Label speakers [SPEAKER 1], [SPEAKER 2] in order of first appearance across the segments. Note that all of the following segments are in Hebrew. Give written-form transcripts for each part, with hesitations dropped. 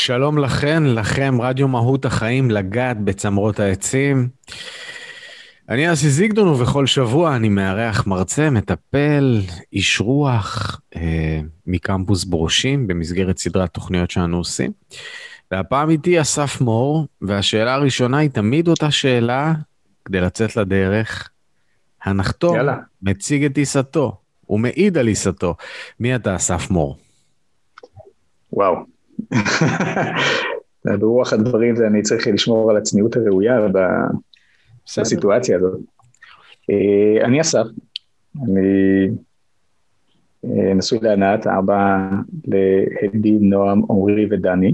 [SPEAKER 1] שלום לכם, רדיו מהות החיים, לגעת בצמרות העצים. אני אסי זיגדון, ובכל שבוע אני מארח מרצה, מטפל, איש רוח, מקמפוס ברושים, במסגרת סדרת תוכניות שאנו עושים. והפעם איתי אסף מור, והשאלה הראשונה היא תמיד אותה שאלה, כדי לצאת לדרך. הנחתום מציג את עיסתו, הוא מעיד על עיסתו. מי אתה אסף מור?
[SPEAKER 2] וואו. ברוח הדברים זה אני צריך לשמור על הצניעות הראויה בסיטואציה הזאת. אני אסף, אני נשוי לענת, אבא להדי, נועם, עומרי ודני.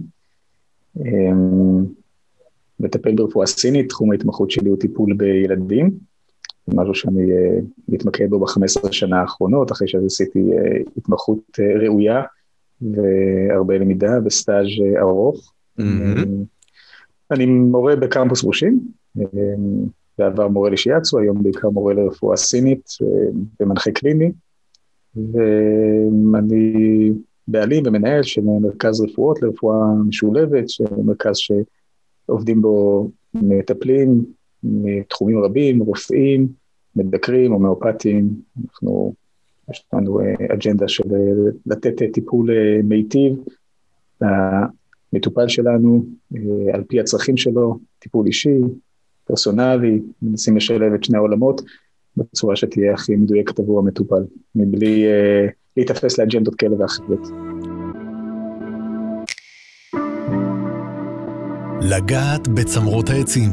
[SPEAKER 2] מטפל ברפואה סינית, תחום ההתמחות שלי הוא טיפול בילדים, משהו שאני מתמקד בו ב-15 שנה האחרונות, אחרי שעשיתי התמחות ראויה, והרבה למידה וסטאז' ארוך. אני מורה בקמפוס ברושים, בעבר מורה לשיאצו, היום בעיקר מורה לרפואה סינית ומנחה קליני, ואני בעלים ומנהל של מרכז רפואות לרפואה משולבת, מרכז שעובדים בו מטפלים מתחומים רבים, רופאים, מדקרים, הומאופטים. יש לנו אג'נדה של לתת טיפול מיטיב למטופל שלנו, על פי הצרכים שלו, טיפול אישי, פרסונלי, מנסים לשלב את שני העולמות, בצורה שתהיה הכי מדויקת עבור המטופל, מבלי להתאפס לאג'נדות כאלה ואחרות.
[SPEAKER 3] לגעת בצמרות העצים.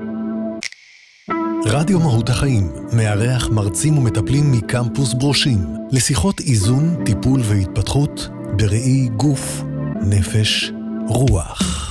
[SPEAKER 3] רדיו מהות החיים מארח מרצים ומטפלים מקמפוס ברושים לשיחות איזון, טיפול והתפתחות בראי גוף, נפש, רוח.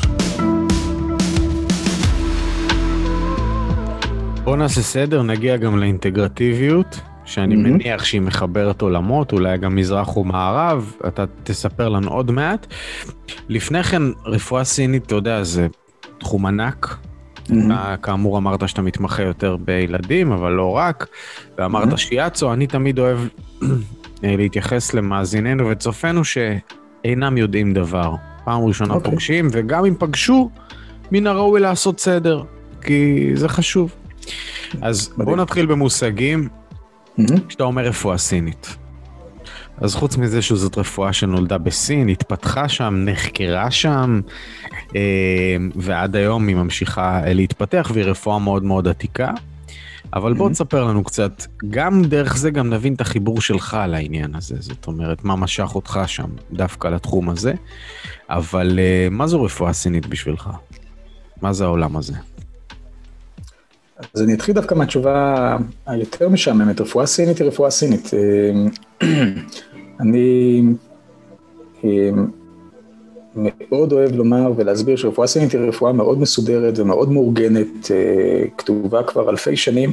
[SPEAKER 1] בוא נעשה סדר, נגיע גם לאינטגרטיביות, שאני מניח שהיא מחברת עולמות, אולי גם מזרח ומערב, אתה תספר לנו עוד מעט. לפני כן, רפואה סינית, אתה יודע, זה תחום ענק, כאמור אמרת שאתה מתמחה יותר בילדים, אבל לא רק, ואמרת שיאצו, אני תמיד אוהב להתייחס למאזיננו וצופנו שאינם יודעים דבר. פעם ראשונה פוגשים, וגם אם פגשו, מן הראוי לעשות סדר, כי זה חשוב. אז בוא נתחיל במושגים, כשאתה אומר רפואה סינית. אז חוץ מזה שזאת רפואה שנולדה בסין, התפתחה שם, נחקרה שם, ועד היום היא ממשיכה להתפתח, והיא רפואה מאוד מאוד עתיקה. אבל בוא תספר לנו קצת, גם דרך זה גם נבין את החיבור שלך לעניין הזה, זאת אומרת, מה משך אותך שם דווקא לתחום הזה, אבל מה זו רפואה סינית בשבילך? מה זה העולם הזה?
[SPEAKER 2] אז אני אתחיל דווקא מהתשובה היותר משעממת, רפואה סינית היא רפואה סינית. אני מאוד אוהב לומר ולהסביר שרפואה סינית היא רפואה מאוד מסודרת ומאוד מאורגנת, כתובה כבר אלפי שנים,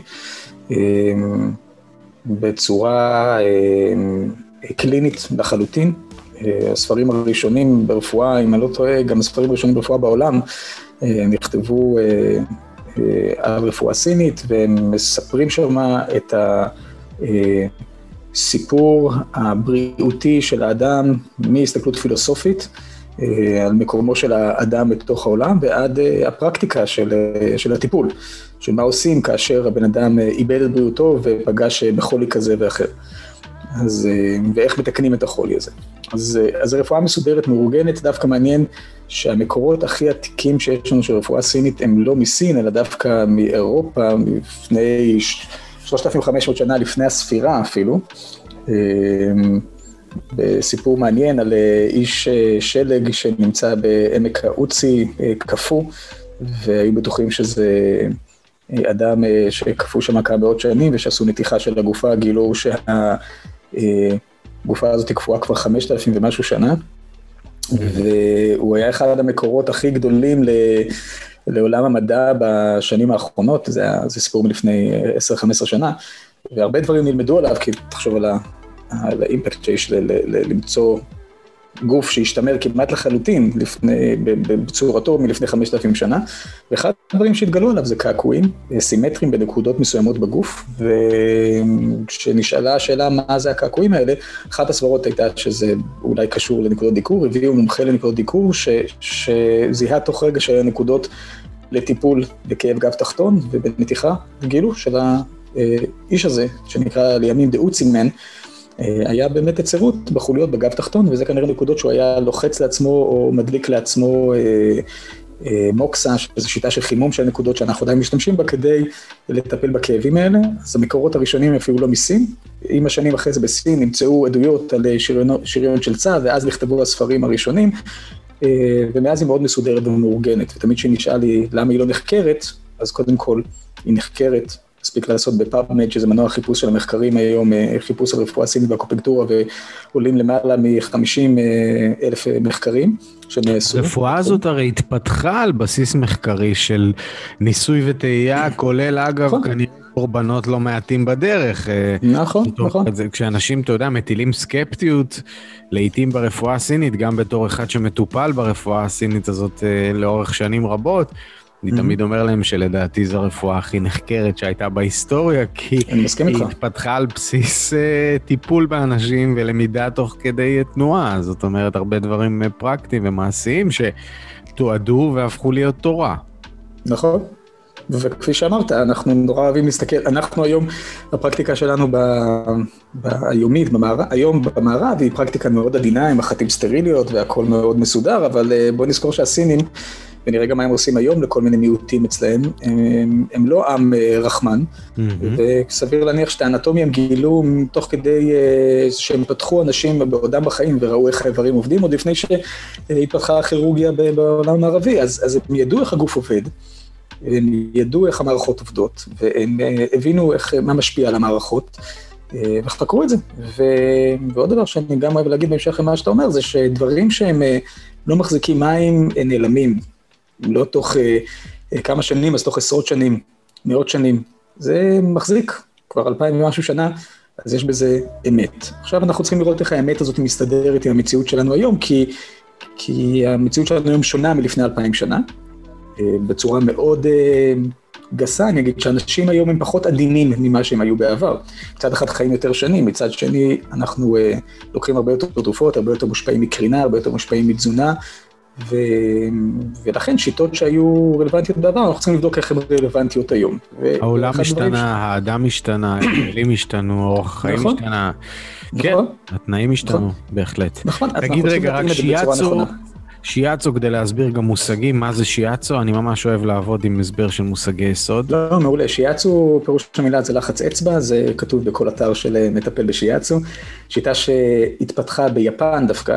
[SPEAKER 2] בצורה קלינית לחלוטין. הספרים הראשונים ברפואה, אם אני לא טועה, גם הספרים הראשונים ברפואה בעולם, נכתבו על רפואה סינית, והם מספרים שם את הסיפור הבריאותי של האדם, מהסתכלות פילוסופית, על מקומו של האדם בתוך העולם, ועד הפרקטיקה של הטיפול, של מה עושים כאשר הבן אדם איבד את בריאותו ופגש בחולי כזה ואחר. ואיך מתקנים את החולי הזה. אז הרפואה מסודרת, מאורגנת, דווקא מעניין שהמקורות הכי עתיקים שיש לנו של רפואה סינית הם לא מסין, אלא דווקא מאירופה, לפני 3,500 שנה לפני הספירה אפילו. בסיפור מעניין על איש שלג שנמצא בעמק האוצי, קפוא, והיו בטוחים שזה אדם שקפוא שם כמה מאות שנים, ושעשו נתיחה של הגופה, גילו שהגופה הזאת קפואה כבר 5,000 ומשהו שנה, והוא היה אחד המקורות הכי גדולים לעולם המדע בשנים האחרונות, זה סיפור מלפני 10-15 שנה, והרבה דברים נלמדו עליו, כי תחשוב על האימפקט שיש למצוא גוף שהשתמר כמעט לחלוטין בצורתו מלפני 5,000 שנה, ואחד הדברים שהתגלו עליו זה קעקועים סימטריים בנקודות מסוימות בגוף, וכשנשאלה השאלה מה זה הקעקועים האלה, אחת הסברות הייתה שזה אולי קשור לנקודות דיקור, הביאו מומחה לנקודות דיקור, שזיהה תוך רגע שהיה נקודות לטיפול בכאב גב תחתון ובנתיחה, גילו של האיש הזה, שנקרא לימים דאוצינגמן, היה באמת יצירות בחוליות בגב תחתון, וזה כנראה נקודות שהוא היה לוחץ לעצמו או מדליק לעצמו מוקסה, שזו שיטה של חימום של נקודות שאנחנו עדיין משתמשים בה כדי לטפל בכאבים האלה. אז המקורות הראשונים אפילו לא מסין, עם השנים אחרי זה בסין נמצאו עדויות על שריון של צה, ואז נכתבו הספרים הראשונים, ומאז היא מאוד מסודרת ומאורגנת, ותמיד שנשאל לי למה היא לא נחקרת, אז קודם כל היא נחקרת, מספיק לעשות בפאבמד, שזה מנוע חיפוש של המחקרים היום, חיפוש על רפואה סינית והקופנקטורה, ועולים למעלה מ-50,000 מחקרים שנעשו.
[SPEAKER 1] הרפואה הזאת הרי התפתחה על בסיס מחקרי של ניסוי וטעייה, כולל אגב כנראה קורבנות לא מעטים בדרך.
[SPEAKER 2] נכון, נכון.
[SPEAKER 1] כשאנשים, אתה יודע, מטילים סקפטיות, לעתים ברפואה הסינית, גם בתור אחד שמטופל ברפואה הסינית הזאת לאורך שנים רבות, אני תמיד אומר להם שלדעתי זו הרפואה הכי נחקרת שהייתה בהיסטוריה, כי היא התפתחה על בסיס טיפול באנשים ולמידה תוך כדי תנועה, זאת אומרת הרבה דברים פרקטיים ומעשיים שתועדו והפכו להיות תורה.
[SPEAKER 2] נכון, וכפי שאמרת, אנחנו נורא אוהבים להסתכל, אנחנו היום, הפרקטיקה שלנו היומית, היום במערב, היא פרקטיקה מאוד עדינה, עם החתים סטריליות והכל מאוד מסודר, אבל בוא נזכור שהסינים, ונראה גם מה הם עושים היום לכל מיני מיעוטים אצלהם, הם לא עם רחמן, וסביר להניח שאת האנטומיה הם גילו תוך כדי שהם פתחו אנשים בעודם בחיים וראו איך האיברים עובדים, עוד לפני שהתפתחה הכירורגיה בעולם המערבי, אז הם ידעו איך הגוף עובד, הם ידעו איך המערכות עובדות, והם הבינו מה משפיע על המערכות, וחקרו את זה. ועוד דבר שאני גם אוהב להגיד בהמשך למה שאתה אומר, זה שדברים שהם לא מחזיקים מים נעלמים, לא תוך כמה שנים, אז תוך עשרות שנים, מאות שנים, זה מחזיק כבר 2000 ומשהו שנה, אז יש בזה אמת. עכשיו אנחנו צריכים לראות איך האמת הזאת מסתדרת עם המציאות שלנו היום, כי המציאות שלנו היום שונה מלפני 2000 שנה, בצורה מאוד גסה, אני אגיד שאנשים היום הם פחות עדינים ממה שהם היו בעבר. מצד אחד חיים יותר שנים, מצד שני אנחנו לוקחים הרבה יותר תרופות, הרבה יותר מושפעים מקרינה, הרבה יותר מושפעים מתזונה, ולכן שיטות שהיו רלוונטיות בעבר, אנחנו צריכים לבדוק איך הן רלוונטיות היום.
[SPEAKER 1] העולם משתנה, האדם משתנה, האלים השתנו, אורח חיים משתנה. כן, התנאים השתנו, בהחלט. תגיד רגע, רק שיאצו, כדי להסביר גם מושגים, מה זה שיאצו? אני ממש אוהב לעבוד עם הסבר של מושגי יסוד.
[SPEAKER 2] לא, מעולה. שיאצו, פירוש המילה זה לחץ אצבע, זה כתוב בכל אתר של מטפל בשיאצו. שיטה שהתפתחה ביפן דווקא,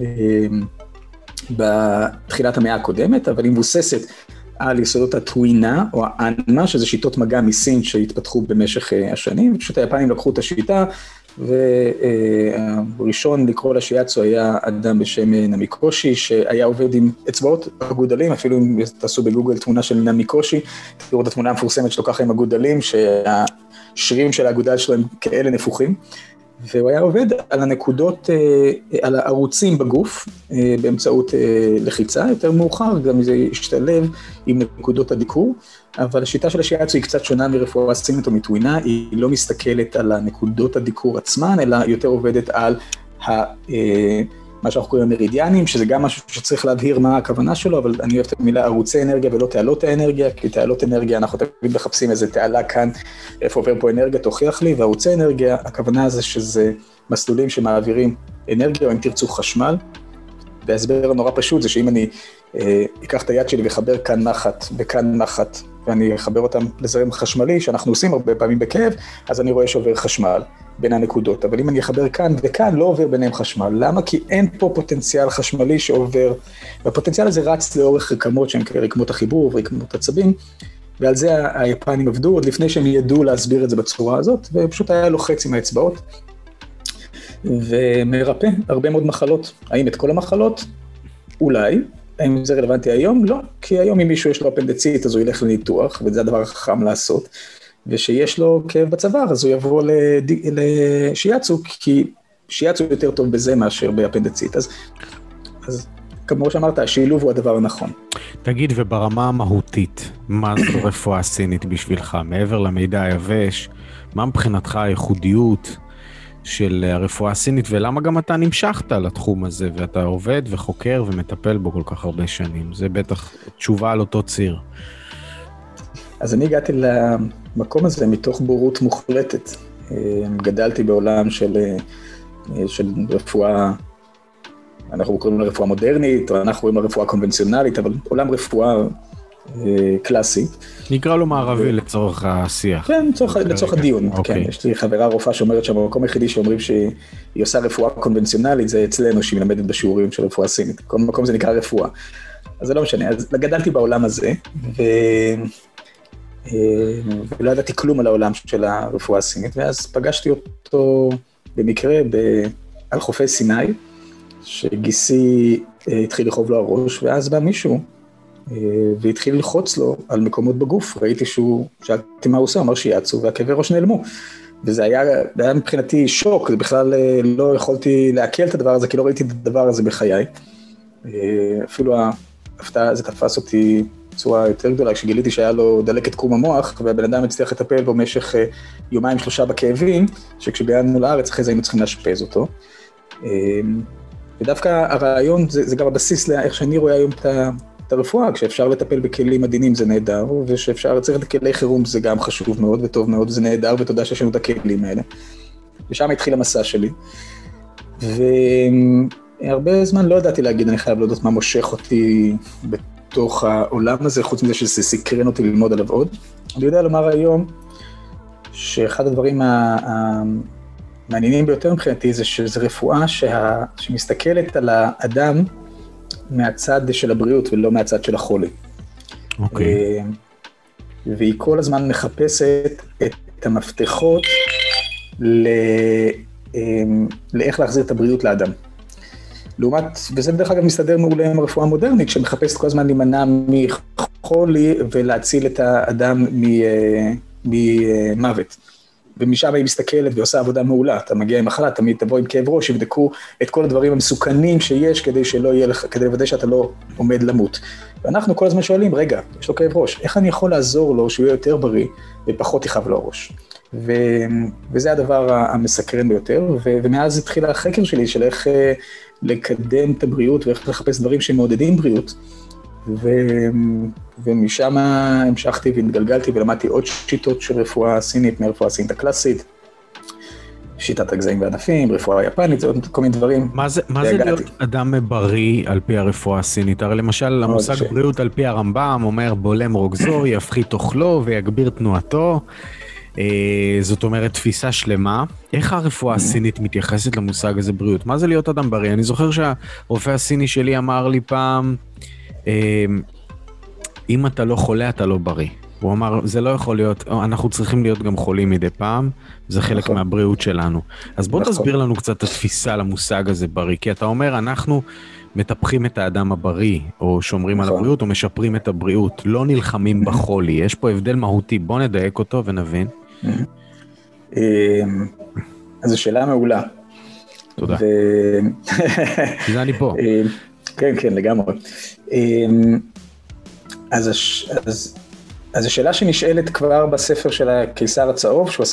[SPEAKER 2] בתחילת המאה הקודמת, אבל היא מבוססת על יסודות הטווינה, או האנמה, שזה שיטות מגע מסין שהתפתחו במשך השנים. פשוט היפנים לקחו את השיטה, וראשון לקרוא לשיאצו היה אדם בשם נמיקושי, שהיה עובד עם אצבעות אגודלים, אפילו אם תעשו בגוגל תמונה של נמיקושי, תראו את התמונה המפורסמת שלו ככה עם אגודלים, שהשרירים של האגודל שלו הם כאלה נפוחים, והוא היה עובד על הנקודות, על הערוצים בגוף, באמצעות לחיצה, יותר מאוחר, גם זה השתלב עם נקודות הדיקור, אבל השיטה של השיאצו היא קצת שונה מרפואה סינית או מטווינה, היא לא מסתכלת על הנקודות הדיקור עצמן, אלא יותר עובדת על מה שאנחנו קוראים מרידיאנים, שזה גם משהו שצריך להבהיר מה הכוונה שלו, אבל אני אוהב את המילה ערוצי אנרגיה ולא תעלות האנרגיה, כי תעלות אנרגיה, אנחנו תמיד מחפשים איזה תעלה כאן, איפה עובר פה אנרגיה, תוכיח לי, וערוצי אנרגיה, הכוונה זה שזה מסלולים שמעבירים אנרגיה, או אם תרצו חשמל, וההסבר הנורא פשוט זה שאם אני אקח את היד שלי וחבר כאן נחת וכאן נחת, ואני אחבר אותם לזרם חשמלי, שאנחנו עושים הרבה פעמים בכאב, אז אני רואה שעובר חשמל בין הנקודות, אבל אם אני אחבר כאן וכאן, לא עובר ביניהם חשמל. למה? כי אין פה פוטנציאל חשמלי שעובר, והפוטנציאל הזה רץ לאורך רקמות, שהן רקמות החיבור ורקמות עצבים, ועל זה היפנים עבדו, עוד לפני שהם ידעו להסביר את זה בצורה הזאת, ופשוט היה לוחץ עם האצבעות, ומרפא הרבה מאוד מחלות. האם את כל המחלות? אולי. האם זה רלוונטי היום? לא, כי היום אם מישהו יש לו אפנדצית, אז הוא ילך לניתוח, וזה הדבר החכם לעשות, ושיש לו כאב בצוואר, אז הוא יבוא לשיאצו, כי שיאצו יותר טוב בזה מאשר באפנדצית. אז כמו שאמרת, השילוב הוא הדבר הנכון.
[SPEAKER 1] תגיד, וברמה המהותית, מה זו רפואה סינית בשבילך? מעבר למידע היבש, מה מבחינתך הייחודיות של הרפואה הסינית, ולמה גם אתה נמשכת לתחום הזה, ואתה עובד וחוקר ומטפל בו כל כך הרבה שנים? זה בטח תשובה על אותו ציר.
[SPEAKER 2] אז אני הגעתי למקום הזה מתוך בורות מוחלטת. גדלתי בעולם של רפואה, אנחנו קוראים לה רפואה מודרנית, או אנחנו קוראים לה רפואה קונבנציונלית, אבל עולם רפואה קלאסי.
[SPEAKER 1] נקרא לו מערבי לצורך השיח.
[SPEAKER 2] כן, לצורך הדיון. כן, יש לי חברה רופאה שאומרת שהמקום היחידי שאומרים שהיא עושה רפואה קונבנציונלית, זה אצלנו שהיא מלמדת בשיעורים של רפואה סינית. כל מקום זה נקרא רפואה. אז זה לא משנה. אז גדלתי בעולם הזה, ולא ידעתי כלום על העולם של הרפואה הסינית, ואז פגשתי אותו במקרה על חופי סיני, שגיסי התחיל לחוב לו הראש, ואז בא מישהו, והתחיל ללחוץ לו על מקומות בגוף. ראיתי שאלתי מה הוא עושה, אמר שיאצו, והכאבי ראש נעלמו. וזה היה מבחינתי שוק, זה בכלל לא יכולתי לעכל את הדבר הזה, כי לא ראיתי את הדבר הזה בחיי. אפילו ההפתעה, זה תפס אותי בצורה יותר גדולה, כשגיליתי שהיה לו דלקת קרום המוח, והבן אדם הצליח לטפל בו במשך 2-3 בכאבים, שכשבאנו לארץ, אחרי זה היינו צריכים לאשפז אותו. ודווקא הרעיון, זה גם הבסיס לאיך שאני רואה היום את הרפואה, כשאפשר לטפל בכלים עדינים זה נהדר, ושאפשר לצריך את כלי חירום זה גם חשוב מאוד וטוב מאוד, זה נהדר ותודה שיש לנו את הכלים האלה. ושם התחיל המסע שלי. והרבה זמן לא ידעתי להגיד, אני חייב להודות מה מושך אותי בתוך העולם הזה, חוץ מזה שזה סקרן אותי ללמוד עליו עוד. אני יודע לומר היום, שאחד הדברים המעניינים ביותר מבחינתי זה שזו רפואה שמסתכלת על האדם מהצד של הבריאות ולא מהצד של החולי.
[SPEAKER 1] אוקיי.
[SPEAKER 2] והיא כל הזמן מחפשת את המפתחות לאיך להחזיר את הבריאות לאדם. לעומת, וזה בדרך אגב מסתדר מעולה עם הרפואה המודרנית, שמחפשת כל הזמן להימנע מחולי ולהציל את האדם ממוות. ומשם היא מסתכלת ועושה עבודה מעולה. אתה מגיע עם מחלה, תמיד תבוא עם כאב ראש, יבדקו את כל הדברים המסוכנים שיש כדי שלא יהיה לך, כדי לוודא שאתה לא עומד למות. ואנחנו כל הזמן שואלים, רגע, יש לו כאב ראש, איך אני יכול לעזור לו שהוא יהיה יותר בריא ופחות יכאב לו הראש? וזה הדבר המסקרן ביותר, ומאז התחיל החקר שלי של איך לקדם את הבריאות ואיך לחפש דברים שמעודדים בריאות. ומשם המשכתי והתגלגלתי ולמדתי עוד שיטות של רפואה סינית, מהרפואה הסינית הקלאסית, שיטת הגזעים וענפים, רפואה יפנית, זה עוד כל מיני דברים.
[SPEAKER 1] מה זה להיות אדם בריא על פי הרפואה הסינית? הרי למשל המושג בריאות על פי הרמב"ם אומר בולם רוגזו, יפחית אוכלו ויגביר תנועתו, זאת אומרת תפיסה שלמה. איך הרפואה הסינית מתייחסת למושג הזה בריאות? מה זה להיות אדם בריא? אני זוכר שהרופא הסיני שלי אמר לי פעם, אם אתה לא חולה, אתה לא בריא. הוא אמר, זה לא יכול להיות, אנחנו צריכים להיות גם חולים מדי פעם, זה חלק מהבריאות שלנו. אז בוא תסביר לנו קצת את התפיסה למושג הזה בריא, כי אתה אומר, אנחנו מטפחים את האדם הבריא, או שומרים על הבריאות, או משפרים את הבריאות, לא נלחמים בחולי. יש פה הבדל מהותי, בוא נדייק אותו ונבין.
[SPEAKER 2] אז זו שאלה מעולה.
[SPEAKER 1] תודה. זה אני פה.
[SPEAKER 2] כן, כן, לגמרי. אז השאלה שנשאלת כבר בספר של הקיסר הצהוב, שהוא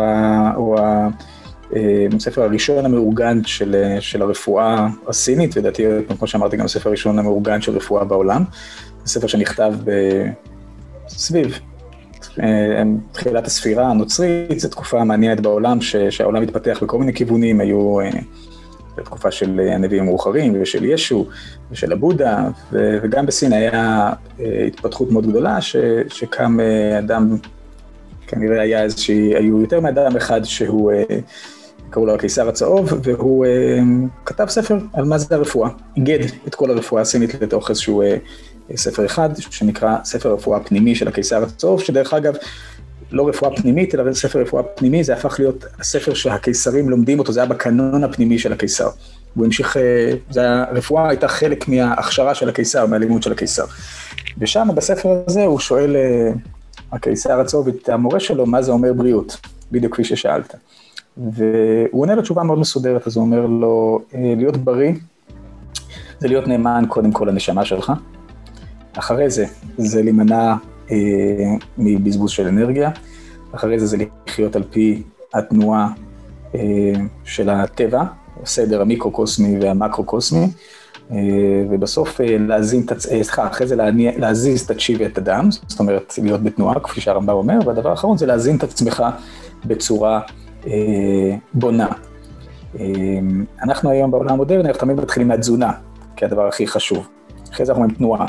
[SPEAKER 2] הספר הראשון המאורגן של הרפואה הסינית, ודעתי, כמו שאמרתי, גם הספר הראשון המאורגן של רפואה בעולם, הספר שנכתב סביב תחילת הספירה הנוצרית, זו תקופה מעניינת בעולם שהעולם התפתח בכל מיני כיוונים, היו בתקופה של הנביאים המאוחרים ושל ישו ושל הבודה, וגם בסין היה התפתחות מאוד גדולה שקם אדם, כנראה היו יותר מאדם אחד שהוא, קראו לו הקיסר הצהוב, והוא כתב ספר על מה זה הרפואה, איגד את כל הרפואה הסינית לתוך איזשהו ספר אחד, שנקרא ספר רפואה פנימי של הקיסר הצהוב, שדרך אגב, לא רפואה פנימית, אלא ספר רפואה פנימי, זה הפך להיות הספר שהקיסרים לומדים אותו, זה היה בקנון הפנימי של הקיסר. הוא המשיך, הרפואה הייתה חלק מההכשרה של הקיסר, מהלימוד של הקיסר. ושם בספר הזה הוא שואל, הקיסר הצהוב את המורה שלו, מה זה אומר בריאות, בדיוק כפי ששאלת. והוא עונה לו תשובה מאוד מסודרת, אז הוא אומר לו, להיות בריא, זה להיות נאמן קודם כל לנשמה שלך, אחרי זה, זה להימנע מבזבוז של אנרגיה, אחרי זה, זה לחיות על פי התנועה של הטבע, הסדר המיקרו-קוסמי והמקרו-קוסמי, ובסוף אחרי זה להזיז את הצ'י ואת הדם, זאת אומרת להיות בתנועה, כפי שהרמב"ם אומר, והדבר האחרון זה להזין את עצמך בצורה בונה. אנחנו היום בעולם המודרני, אנחנו תמיד מתחילים מהתזונה, כהדבר הכי חשוב. אחרי זה אנחנו אומרים תנועה.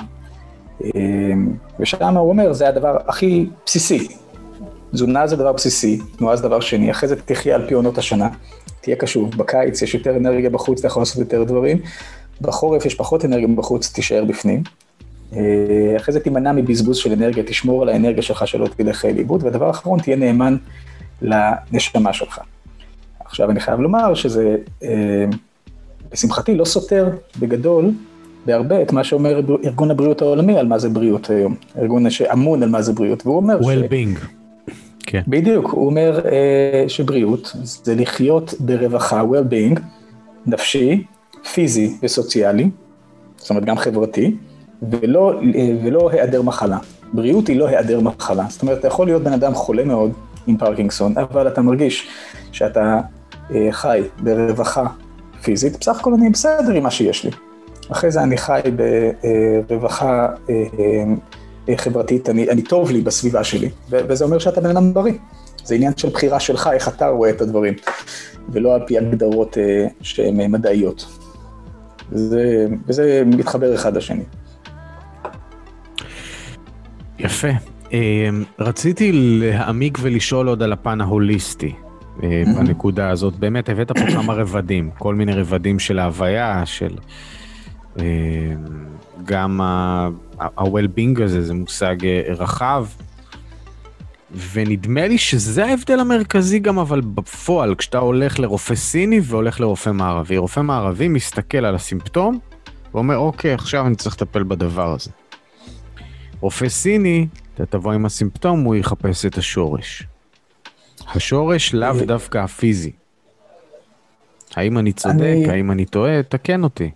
[SPEAKER 2] ושם הוא אומר, זה הדבר הכי בסיסי. תזונה זה דבר בסיסי, תנועה זה דבר שני, אחרי זה תחיה על פי עונות השנה, תהיה קשוב, בקיץ יש יותר אנרגיה בחוץ, אתה יכול לעשות יותר דברים, בחורף יש פחות אנרגיה בחוץ, תישאר בפנים, אחרי זה תימנע מבזבוז של אנרגיה, תשמור על האנרגיה שלך שלא תלך לאיבוד, והדבר האחרון תהיה נאמן לנשמה שלך. עכשיו אני חייב לומר שזה, בשמחתי לא סותר בגדול, בהרבה את מה שאומר ארגון הבריאות העולמי על מה זה בריאות היום, ארגון שאמון על מה זה בריאות, והוא אומר
[SPEAKER 1] well-being. כן.
[SPEAKER 2] בדיוק, הוא אומר שבריאות זה לחיות ברווחה, well-being, נפשי, פיזי וסוציאלי, זאת אומרת גם חברתי, ולא היעדר מחלה. בריאות היא לא היעדר מחלה, זאת אומרת, אתה יכול להיות בן אדם חולה מאוד עם פרקינסון, אבל אתה מרגיש שאתה חי ברווחה פיזית, בסך הכל אני בסדר עם מה שיש לי. אחרי זה אני חי ברווחה חברתית, אני טוב לי בסביבה שלי, וזה אומר שאתה בן אדם בריא. זה עניין של בחירה שלך, איך אתה רואה את הדברים, ולא על פי הגדרות שהן מדעיות. וזה מתחבר אחד לשני.
[SPEAKER 1] יפה. רציתי להעמיק ולשאול עוד על הפן ההוליסטי, בנקודה הזאת. באמת הבאת פה כמה רבדים, כל מיני רבדים של ההוויה, של גם ה-well-being הזה, זה מושג רחב, ונדמה לי שזה ההבדל המרכזי גם, אבל בפועל, כשאתה הולך לרופא סיני והולך לרופא מערבי, רופא מערבי מסתכל על הסימפטום, ואומר, אוקיי, עכשיו אני צריך לטפל בדבר הזה. רופא סיני, אתה תבוא עם הסימפטום, הוא יחפש את השורש. השורש לאו דווקא הפיזי. האם אני צודק, האם אני טועה, תקן אותי.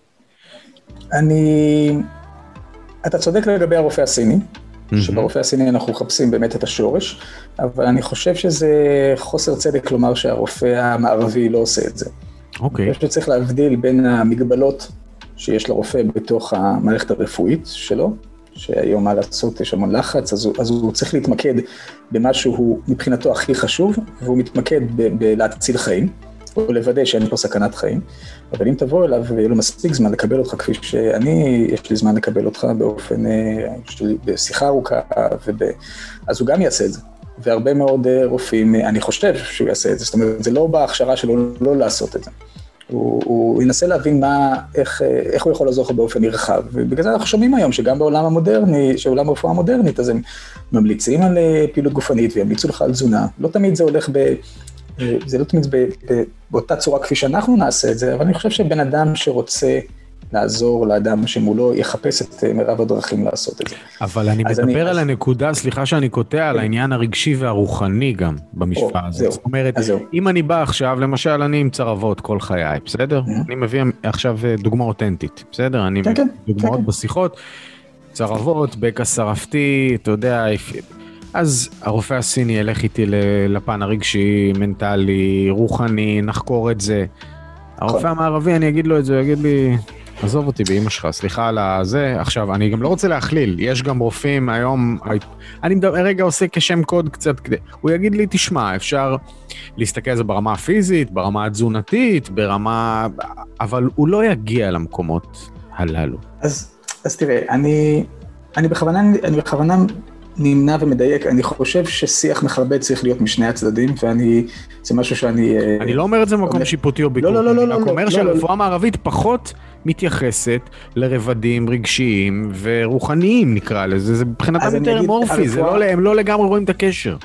[SPEAKER 2] אתה צודק לגבי הרופא הסיני, שברופא הסיני אנחנו מחפשים באמת את השורש, אבל אני חושב שזה חוסר צדק לומר שהרופא המערבי לא עושה את זה.
[SPEAKER 1] אוקיי.
[SPEAKER 2] אני חושב שצריך להבדיל בין המגבלות שיש לרופא בתוך המערכת הרפואית שלו, שהיום מה לעשות, יש המון לחץ, אז הוא צריך להתמקד במה שהוא מבחינתו הכי חשוב, והוא מתמקד בלהציל חיים, או לוודא שאין פה סכנת חיים, אבל אם תבוא אליו ויהיה לו מספיק זמן לקבל אותך, כפי יש לי זמן לקבל אותך באופן, בשיחה ארוכה, אז הוא גם יעשה את זה. והרבה מאוד רופאים, אני חושב שהוא יעשה את זה, זאת אומרת, זה לא בהכשרה שלו לא לעשות את זה. הוא ינסה להבין איך הוא יכול לעזור לך באופן נרחב, ובגלל זה אנחנו שומעים היום שגם בעולם המודרני, שעולם הרפואה המודרנית, אז הם ממליצים על פעילות גופנית, וימליצו לך על תזונה. לא תמיד זה הולך זה לא תמיד באותה צורה כפי שאנחנו נעשה את זה, אבל אני חושב שבן אדם שרוצה לעזור לאדם שמולו, יחפש את מרב הדרכים לעשות את זה.
[SPEAKER 1] אבל אני מדבר על הנקודה, סליחה שאני קוטע, על העניין הרגשי והרוחני גם במשוואה הזאת. זאת אומרת, אם אני בא עכשיו, למשל אני עם צרבות כל חיי, בסדר? אני מביא עכשיו דוגמה אותנטית, בסדר? אני מביא דוגמאות בשיחות, צרבות, בקע שרפתי, אתה יודע, אז הרופא הסיני ילך איתי לפן הרגשי, מנטלי, רוחני, נחקור את זה. הרופא המערבי, אני אגיד לו את זה, הוא יגיד לי, עזוב אותי באמא שלך, סליחה על זה. עכשיו, אני גם לא רוצה להכליל, יש גם רופאים היום, אני רגע עושה כשם קוד קצת כדי, הוא יגיד לי, תשמע, אפשר להסתכל על זה ברמה הפיזית, ברמה התזונתית, ברמה, אבל הוא לא יגיע למקומות הללו.
[SPEAKER 2] אז תראה, אני בכוונה נמנע ומדייק, אני חושב ששיח מכבד צריך להיות משני הצדדים, זה משהו שאני...
[SPEAKER 1] אני לא אומר את זה במקום שיפוטי או ביקור, אני רק אומר שהרפואה המערבית פחות מתייחסת לרבדים רגשיים ורוחניים נקרא לזה, זה מבחינתם יותר אמורפי, הם לא לגמרי רואים את הקשר.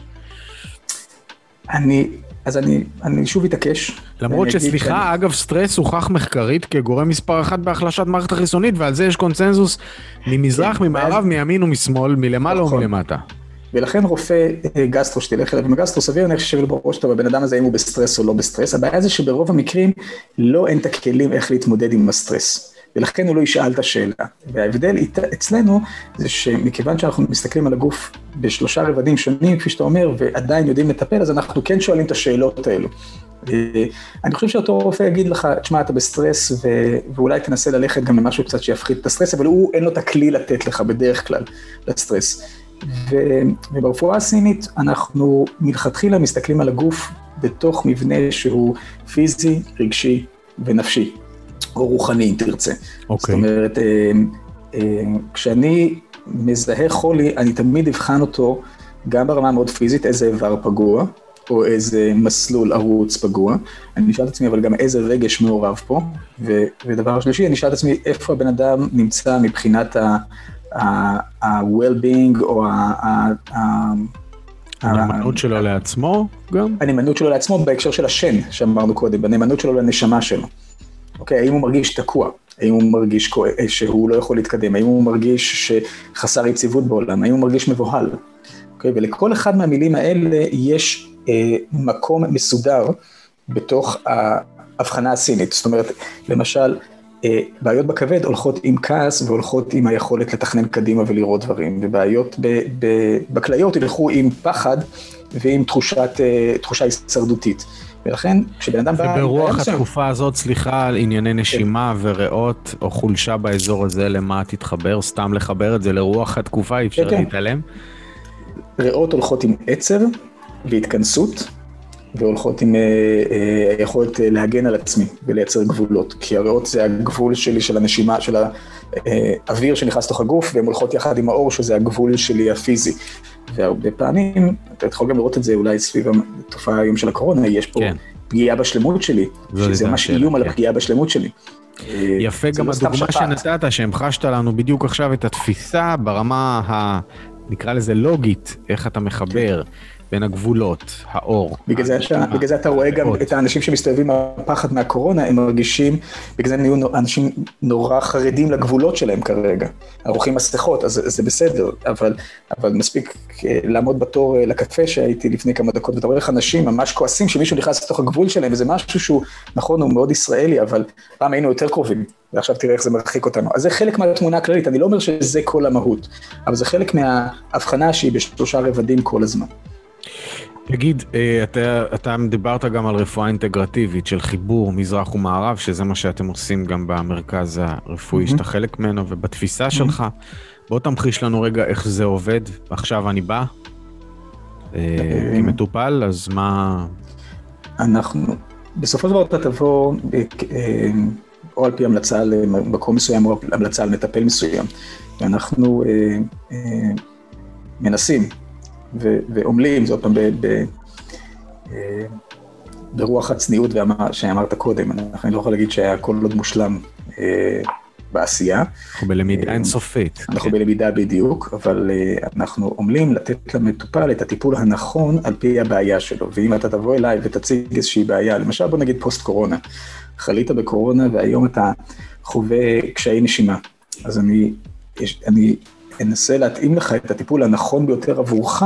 [SPEAKER 2] אז אני שוב אתעקש.
[SPEAKER 1] למרות שסליחה, אגב, סטרס הוכח מחקרית כגורם מספר אחת בהחלשת מערכת החיסונית, ועל זה יש קונצנזוס ממזרח, ממערב, מימין ומשמאל, מלמעלה ומלמטה.
[SPEAKER 2] ולכן רופא גסטרו שתלך אליו עם הגסטרו, סביר אני חושב לו בראש טוב, הבן אדם הזה אם הוא בסטרס או לא בסטרס, הבעיה זה שברוב המקרים אין את הכלים איך להתמודד עם הסטרס, ולכן הוא לא ישאל את השאלה. וההבדל אצלנו זה שמכיוון שאנחנו מסתכלים על הגוף בשלושה רבדים שונים, כפי שאתה אומר, ועדיין יודעים לטפל, אז אנחנו כן שואלים את השאלות האלו. אני חושב שאותו רופא יגיד לך, תשמע, אתה בסטרס, ואולי תנסה ללכת גם למשהו קצת שיפחית את הסטרס, אבל הוא אין לו את הכלי לתת לך בדרך כלל לסטרס. וברפואה הסינית אנחנו מלכתחילה מסתכלים על הגוף בתוך מבנה שהוא פיזי, רגשי ונפשי, או רוחני אם תרצה. זאת אומרת, כשאני מזהה חולי, אני תמיד אבחן אותו גם ברמה מאוד פיזית, איזה איבר פגוע, או איזה מסלול ערוץ פגוע. אני נשאל את עצמי, אבל גם איזה רגש מעורב פה. ודבר שלישי, אני נשאל את עצמי, איפה הבן אדם נמצא מבחינת ה-well-being, או
[SPEAKER 1] הנאמנות שלו לעצמו גם?
[SPEAKER 2] הנאמנות שלו לעצמו בהקשר של השן, שאמרנו קודם, הנאמנות שלו לנשמה שלו. אוקיי, האם הוא מרגיש תקוע? האם הוא מרגיש שהוא לא יכול להתקדם? האם הוא מרגיש שחסר יציבות בעולם? האם הוא מרגיש מבוהל? אוקיי, ולכל אחד מהמילים האלה יש מקום מסודר בתוך ההבחנה הסינית. זאת אומרת, למשל, בעיות בכבד הולכות עם כעס והולכות עם היכולת לתכנן קדימה ולראות דברים, ובעיות בכליות ילכו עם פחד ועם תחושה הישרדותית. ולכן, כשבן אדם בא...
[SPEAKER 1] וברוח התקופה הזאת, סליחה, על ענייני נשימה וריאות או חולשה באזור הזה, למה תתחבר? סתם לחבר את זה לרוח התקופה, אי אפשר להתעלם?
[SPEAKER 2] ריאות הולכות עם עצר והתכנסות, והולכות עם יכולת להגן על עצמי ולייצר גבולות, כי הריאות זה הגבול שלי של הנשימה, של האוויר שנכנס לתוך הגוף, והן הולכות יחד עם האור, שזה הגבול שלי הפיזי. והרבה פעמים, אתה יכול גם לראות את זה אולי סביב התופעה היום של הקורונה, יש פה פגיעה בשלמות שלי, שזה ממש איום על הפגיעה בשלמות שלי.
[SPEAKER 1] יפה גם הדוגמה שנתת, שהמחשת לנו בדיוק עכשיו את התפיסה ברמה נקרא לזה לוגית, איך אתה מחבר בין הגבולות, האור.
[SPEAKER 2] בגלל זה אתה רואה גם את האנשים שמסתובבים הפחד מהקורונה, הם מרגישים, בגלל זה נהיו אנשים נורא חרדים לגבולות שלהם כרגע, ערוכים מסכות, אז זה בסדר, אבל מספיק לעמוד בתור לקפה שהייתי לפני כמה דקות, ואתה רואה איך אנשים ממש כועסים שמישהו נכנס לתוך הגבול שלהם, וזה משהו שהוא, נכון, הוא מאוד ישראלי, אבל פעם היינו יותר קרובים, ועכשיו תראה איך זה מרחיק אותנו. אז זה חלק מהתמונה הכללית, אני לא אומר שזה כל המהות, אבל זה חלק מההבחנה שהיא בשלושה רבדים כל הזמן.
[SPEAKER 1] תגיד, אתה דיברת גם על רפואה אינטגרטיבית של חיבור מזרח ומערב, שזה מה שאתם עושים גם במרכז הרפואי שאתה חלק ממנו, ובתפיסה שלך, בוא תמחיש לנו רגע איך זה עובד. עכשיו אני בא, כמטופל, אז מה...
[SPEAKER 2] אנחנו, בסופו של דבר אתה תבוא, או על פי המלצה למקום מסוים, או המלצה על מטפל מסוים, ואנחנו מנסים, ועומלים, זה עוד פעם ברוח הצניעות שאמרת קודם, אני לא יכול להגיד שהכל עוד מושלם בעשייה.
[SPEAKER 1] אנחנו בלמידה אינסופית.
[SPEAKER 2] אנחנו בלמידה בדיוק, אבל אנחנו עומלים לתת למטופל את הטיפול הנכון על פי הבעיה שלו, ואם אתה תבוא אליי ותציג איזושהי בעיה, למשל בוא נגיד פוסט קורונה, חלית בקורונה והיום אתה חווה קשיי נשימה, אז אני אנסה להתאים לך את הטיפול הנכון ביותר עבורך,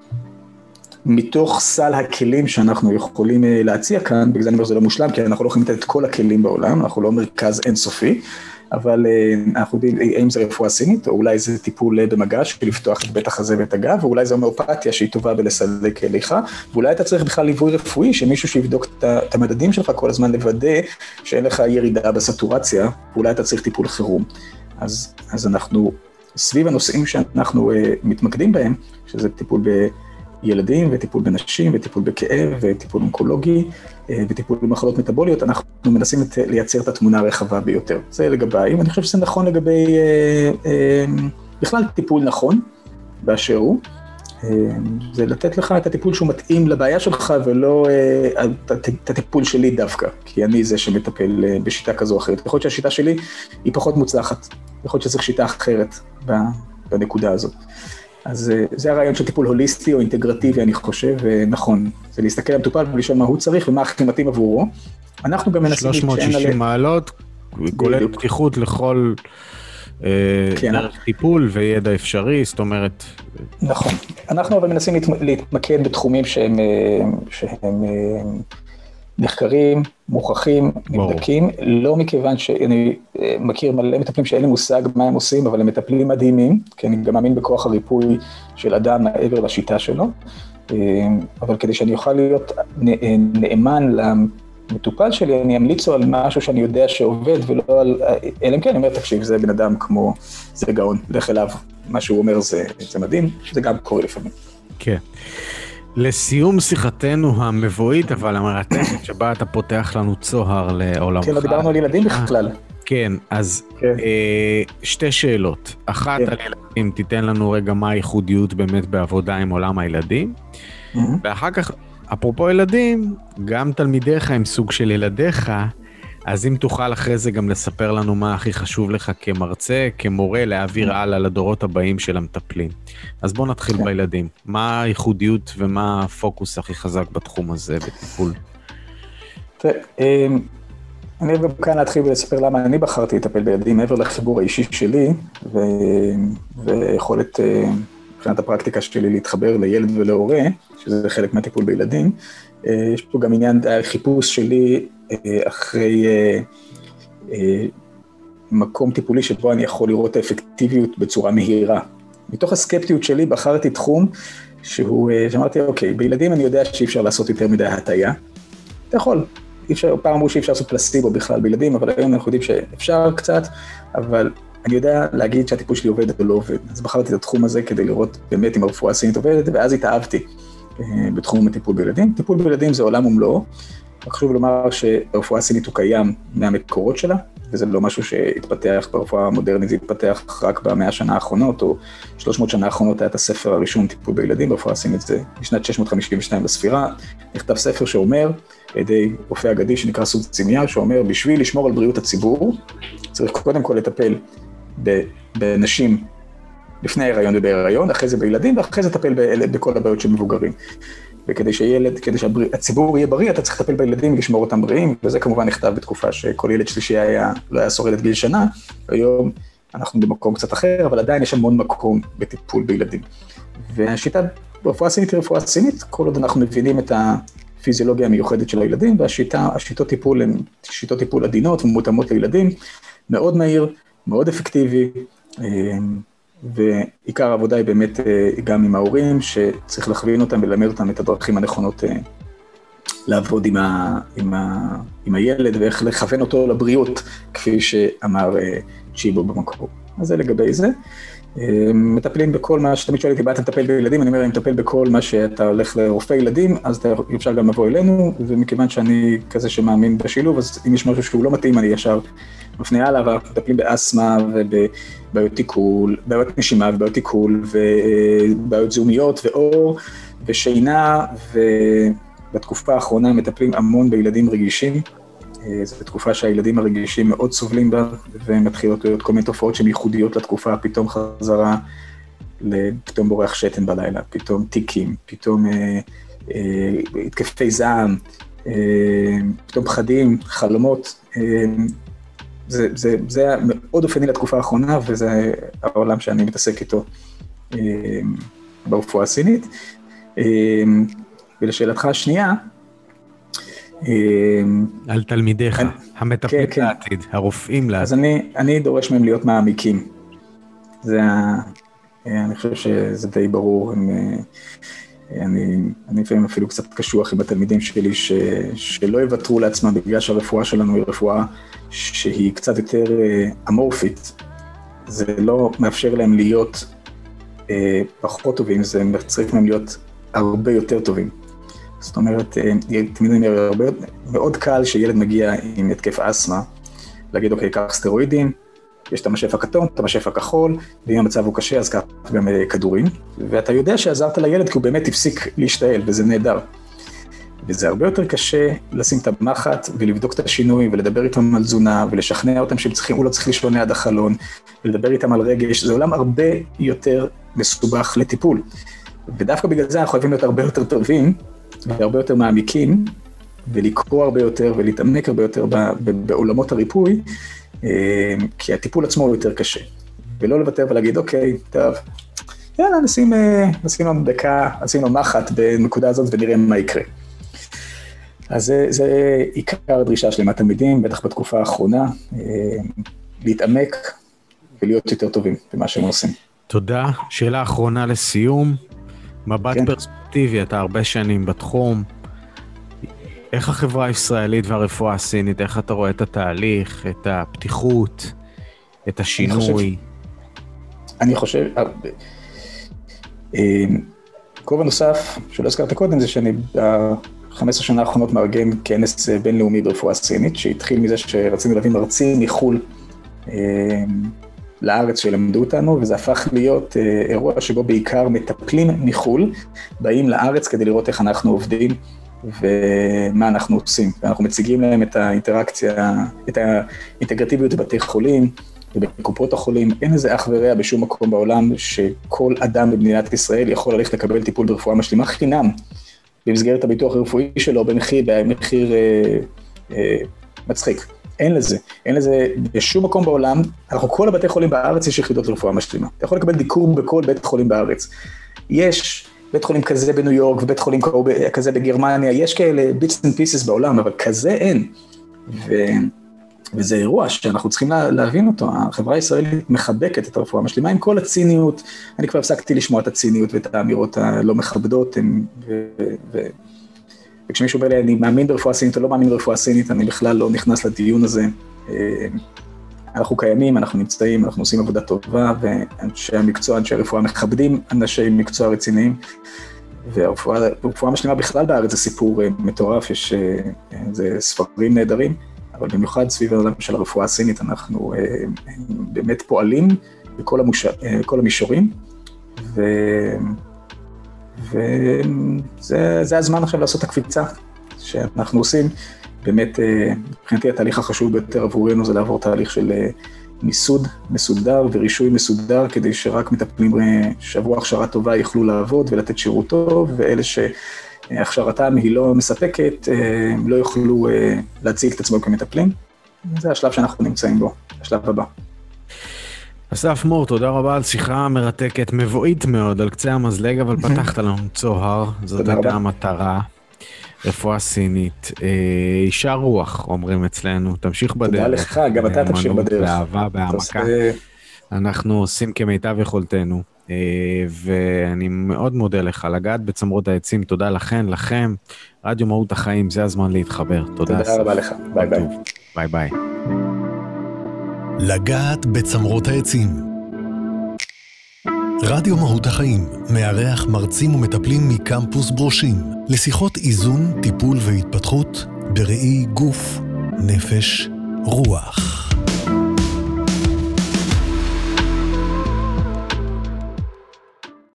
[SPEAKER 2] מתוך סל הכלים שאנחנו יכולים להציע כאן, בגלל זה אני אומר שזה לא מושלם, כי אנחנו לא יכולים לתת את כל הכלים בעולם, אנחנו לא מרכז אינסופי, אבל אנחנו יודעים, האם זה רפואה סינית, או אולי זה טיפול במגע, של לפתוח את בית החזה ואת הגב, ואולי זה הומאופתיה שהיא טובה בלסלק הליכה, ואולי אתה צריך בכלל ליווי רפואי, שמישהו שיבדוק את המדדים שלך כל הזמן, לוודא שאין לך ירידה בסטורציה, ואולי אתה צריך טיפול חירום. אז אנחנו, סביב הנושאים שאנחנו מתמקדים בהם, שזה טיפול בילדים, וטיפול בנשים, וטיפול בכאב, וטיפול אונקולוגי, וטיפול במחלות מטאבוליות, אנחנו מנסים לייצר את התמונה הרחבה ביותר. זה לגביי, ואני חושב שזה נכון לגבי, בכלל טיפול נכון, באשר הוא, זה לתת לך את הטיפול שהוא מתאים לבעיה שלך, ולא את הטיפול שלי דווקא, כי אני זה שמטפל בשיטה כזו או אחרת. יכול להיות שהשיטה שלי היא פחות מוצלחת, יכול להיות שצריך שיטה אחרת בנקודה הזאת. אז זה הרעיון של טיפול הוליסטי או אינטגרטיבי, אני חושב, נכון, זה להסתכל על המטופל ולשאול מה הוא צריך ומה הכי מתאים עבורו. אנחנו גם מנסים...
[SPEAKER 1] 360 מעלות, כולל פתיחות לכל דרך טיפול וידע אפשרי, זאת אומרת...
[SPEAKER 2] נכון. אנחנו אבל מנסים להתמקד בתחומים שהם נחקרים, מוכחים, נבדקים, לא מכיוון שאני מכיר מלא מטפלים שאין לי מושג מה הם עושים, אבל הם מטפלים מדהימים, כי אני גם מאמין בכוח הריפוי של אדם מעבר לשיטה שלו, אבל כדי שאני אוכל להיות נאמן למטופל שלי, אני אמליץ לו על משהו שאני יודע שעובד, ולא על... אלא אם כן, אני אומר, תקשיב, זה בן אדם כמו, זה גאון, לך אליו, מה שהוא אומר זה מדהים, זה גם קורה לפעמים.
[SPEAKER 1] כן. לסיום שיחתנו המבואית, אבל המרתקת, שבה אתה פותח לנו צוהר לעולמך.
[SPEAKER 2] כן, לא דיברנו על ילדים בכלל.
[SPEAKER 1] כן, אז שתי שאלות. אחת על ילדים, תיתן לנו רגע מה הייחודיות באמת בעבודה עם עולם הילדים, ואחר כך, אפרופו ילדים, גם תלמידיך הם סוג של ילדיך, אז אם תוכל אחרי זה גם לספר לנו מה הכי חשוב לך כמרצה, כמורה, להעביר הלאה לדורות הבאים של המטפלים. אז בוא נתחיל בילדים. מה הייחודיות ומה הפוקוס הכי חזק בתחום הזה, בטיפול?
[SPEAKER 2] אני אוהב גם כאן להתחיל ולספר למה אני בחרתי לטפל בילדים, מעבר לחיבור האישי שלי, ויכולת, מבחינת הפרקטיקה שלי, להתחבר לילד ולהורה, שזה חלק מהטיפול בילדים. יש פה גם עניין החיפוש שלי אחרי מקום טיפולי שבו אני יכול לראות את האפקטיביות בצורה מהירה. מתוך הסקפטיות שלי בחרתי תחום שאמרתי, אוקיי, בילדים אני יודע שאי אפשר לעשות יותר מדי הטעיה. אתה יכול, פעם אמרו שאי אפשר לעשות פלסטיבו בכלל בילדים, אבל היום אנחנו יודעים שאפשר קצת, אבל אני יודע להגיד שהטיפול שלי עובד או לא עובד. אז בחרתי את התחום הזה כדי לראות באמת אם הרפואה הסינית עובדת, ואז התאהבתי בתחום הטיפול בילדים. טיפול בילדים זה עולם ומלואו. חשוב לומר שהרפואה הסינית הוא קיים מהמקורות שלה, וזה לא משהו שהתפתח ברפואה המודרנית, זה התפתח רק במאה השנה האחרונות, או 300 שנה האחרונות היה את הספר הראשון טיפול בילדים, ברפואה הסינית זה בשנת 652 לספירה, נכתב ספר שאומר, על ידי רופא אגדי שנקרא סוד צימייה, שאומר, בשביל לשמור על בריאות הציבור, צריך קודם כל לטפל בנשים לפני ההיריון ובהיריון, אחרי זה בילדים, ואחרי זה לטפל בכל הבעיות של מבוגרים. וכדי שהציבור יהיה בריא, אתה צריך לטפל בילדים ולשמור אותם בריאים, וזה כמובן נכתב בתקופה שכל ילד שלישי לא היה שורד את גיל שנה, היום אנחנו במקום קצת אחר, אבל עדיין יש המון מקום בטיפול בילדים. והשיטה ברפואה סינית היא רפואה סינית, כל עוד אנחנו מבינים את הפיזיולוגיה המיוחדת של הילדים, והשיטות טיפול הן שיטות טיפול עדינות ומותאמות לילדים, מאוד מהיר, מאוד אפקטיבי, ועיקר העבודה היא באמת גם עם ההורים, שצריך להכווין אותם וללמד אותם את הדרכים הנכונות לעבוד עם הילד, ואיך לכוון אותו לבריאות, כפי שאמר צ'יבו במקור. אז זה לגבי זה. מטפלים בכל מה שתמיד שואל אותי, אתה מטפל בילדים, אני אומר, אני מטפל בכל מה שאתה הולך לרופא ילדים, אז אפשר גם לבוא אלינו, ומכיוון שאני כזה שמאמין בשילוב, אז אם יש משהו שהוא לא מתאים, אני ישר מפנה הלאה, ואנחנו מטפלים באסמה ובבעיות תיקול, בעיות נשימה ובעיות תיקול, ובעיות זיהומיות ואור ושינה, ובתקופה האחרונה מטפלים המון בילדים רגישים, זו תקופה שהילדים הרגישים מאוד סובלים בה, ומתחילות להיות כל מיני תופעות שהן ייחודיות לתקופה, פתאום חזרה, פתאום בורח שתן בלילה, פתאום טיקים, פתאום התקפי זעם, פתאום פחדים, חלומות, זה מאוד אופייני לתקופה האחרונה, וזה העולם שאני מתעסק איתו ברפואה הסינית. ולשאלתך השנייה,
[SPEAKER 1] על תלמידיך, המטפלים לעתיד, הרופאים לעתיד.
[SPEAKER 2] אז אני דורש מהם להיות מעמיקים. אני חושב שזה די ברור. אני לפעמים אפילו קצת קשוח עם התלמידים שלי, שלא יוותרו לעצמם, בגלל שהרפואה שלנו היא רפואה שהיא קצת יותר אמורפית. זה לא מאפשר להם להיות פחות טובים, זה צריך להם להיות הרבה יותר טובים. זאת אומרת, תמיד מאוד קל שילד מגיע עם התקף אסמה, להגיד, אוקיי, קח סטרואידים, יש את המשף הכתום, את המשף הכחול, ואם המצב הוא קשה, אז קח גם כדורים, ואתה יודע שעזרת לילד, כי הוא באמת הפסיק להשתעל, וזה נהדר. וזה הרבה יותר קשה לשים את המחט, ולבדוק את השינוי, ולדבר איתם על תזונה, ולשכנע אותם שהם צריכים, הוא לא צריך לישון ליד החלון, ולדבר איתם על רגש, זה עולם הרבה יותר מסובך לטיפול. ודווקא בגלל זה אנחנו חייבים להיות הרבה יותר טובים, והרבה יותר מעמיקים, ולקרוא הרבה יותר, ולהתעמק הרבה יותר בעולמות הריפוי, כי הטיפול עצמו הוא יותר קשה. ולא לוותר ולהגיד, אוקיי, טוב, יאללה, נשים לנו דקה, נשים לנו מחט בנקודה הזאת ונראה מה יקרה. אז זה עיקר הדרישה שלי מהתלמידים, בטח בתקופה האחרונה, להתעמק ולהיות יותר טובים במה שהם עושים.
[SPEAKER 1] תודה. שאלה אחרונה לסיום, מבט פרספקטיבי, אתה הרבה שנים בתחום, איך החברה הישראלית והרפואה הסינית, איך אתה רואה את התהליך, את הפתיחות, את השינוי?
[SPEAKER 2] אני חושב, כובע נוסף שלא הזכרת קודם, זה שאני ב-15 שנה האחרונות מארגן כנס בינלאומי ברפואה סינית, שהתחיל מזה שרצינו להביא מרצים מחול לארץ שלמדו אותנו, וזה הפך להיות אירוע שבו בעיקר מטפלים מחול, באים לארץ כדי לראות איך אנחנו עובדים, ומה אנחנו עושים. ואנחנו מציגים להם את האינטראקציה, את האינטגרטיביות בבתי חולים, ובקופות החולים. אין איזה אח ורע בשום מקום בעולם, שכל אדם במדינת ישראל יכול ללכת לקבל טיפול ברפואה משלימה חינם, במסגרת הביטוח הרפואי שלו, במחיר מצחיק. אין לזה בשום מקום בעולם. אנחנו כל הבתי חולים בארץ יש יחידות לרפואה משלימה. אתה יכול לקבל דיקור בכל בית חולים בארץ. יש בית חולים כזה בניו יורק, ובית חולים כזה בגרמניה, יש כאלה bits and pieces בעולם, אבל כזה אין. וזה אירוע שאנחנו צריכים להבין אותו. החברה הישראלית מחבקת את הרפואה המשלימה עם כל הציניות. אני כבר הפסקתי לשמוע את הציניות ואת האמירות הלא מכבדות, וכשמישהו אומר לי, אני מאמין ברפואה סינית או לא מאמין ברפואה סינית, אני בכלל לא נכנס לדיון הזה. אנחנו קיימים, אנחנו נמצאים, אנחנו עושים עבודה טובה, ואנשי המקצוע, אנשי הרפואה מכבדים אנשי מקצוע רציניים, והרפואה משלימה בכלל בארץ זה סיפור מטורף, יש ספרים נהדרים, אבל במיוחד סביב העולם של הרפואה הסינית, אנחנו באמת פועלים בכל המישורים, וזה הזמן עכשיו לעשות את הקפיצה שאנחנו עושים. באמת, מבחינתי התהליך החשוב ביותר עבורנו זה לעבור תהליך של מיסוד מסודר ורישוי מסודר, כדי שרק מטפלים שבוע הכשרה טובה יוכלו לעבוד ולתת שירות טוב, ואלה שהכשרתם היא לא מספקת, לא יוכלו להציג את עצמם כמטפלים. זה השלב שאנחנו נמצאים בו, השלב הבא.
[SPEAKER 1] אסף מור, תודה רבה על שיחה מרתקת, מבואית מאוד, על קצה המזלג, אבל פתחת לנו צוהר, זאת הייתה המטרה. רפואה סינית, אישה רוח, אומרים אצלנו, תמשיך בדרך.
[SPEAKER 2] תודה לך, גם אתה תמשיך בדרך.
[SPEAKER 1] באהבה, בהעמקה. אנחנו עושים כמיטב יכולתנו, ואני מאוד מודה לך, לגעת בצמרות העצים, תודה לכם, רדיו מהות החיים, זה הזמן להתחבר. תודה
[SPEAKER 2] רבה לך, ביי ביי.
[SPEAKER 1] ביי ביי.
[SPEAKER 3] לגעת בצמרות העצים. רדיו מהות החיים מארח מרצים ומטפלים מקמפוס ברושים לשיחות איזון, טיפול והתפתחות בראי גוף, נפש, רוח.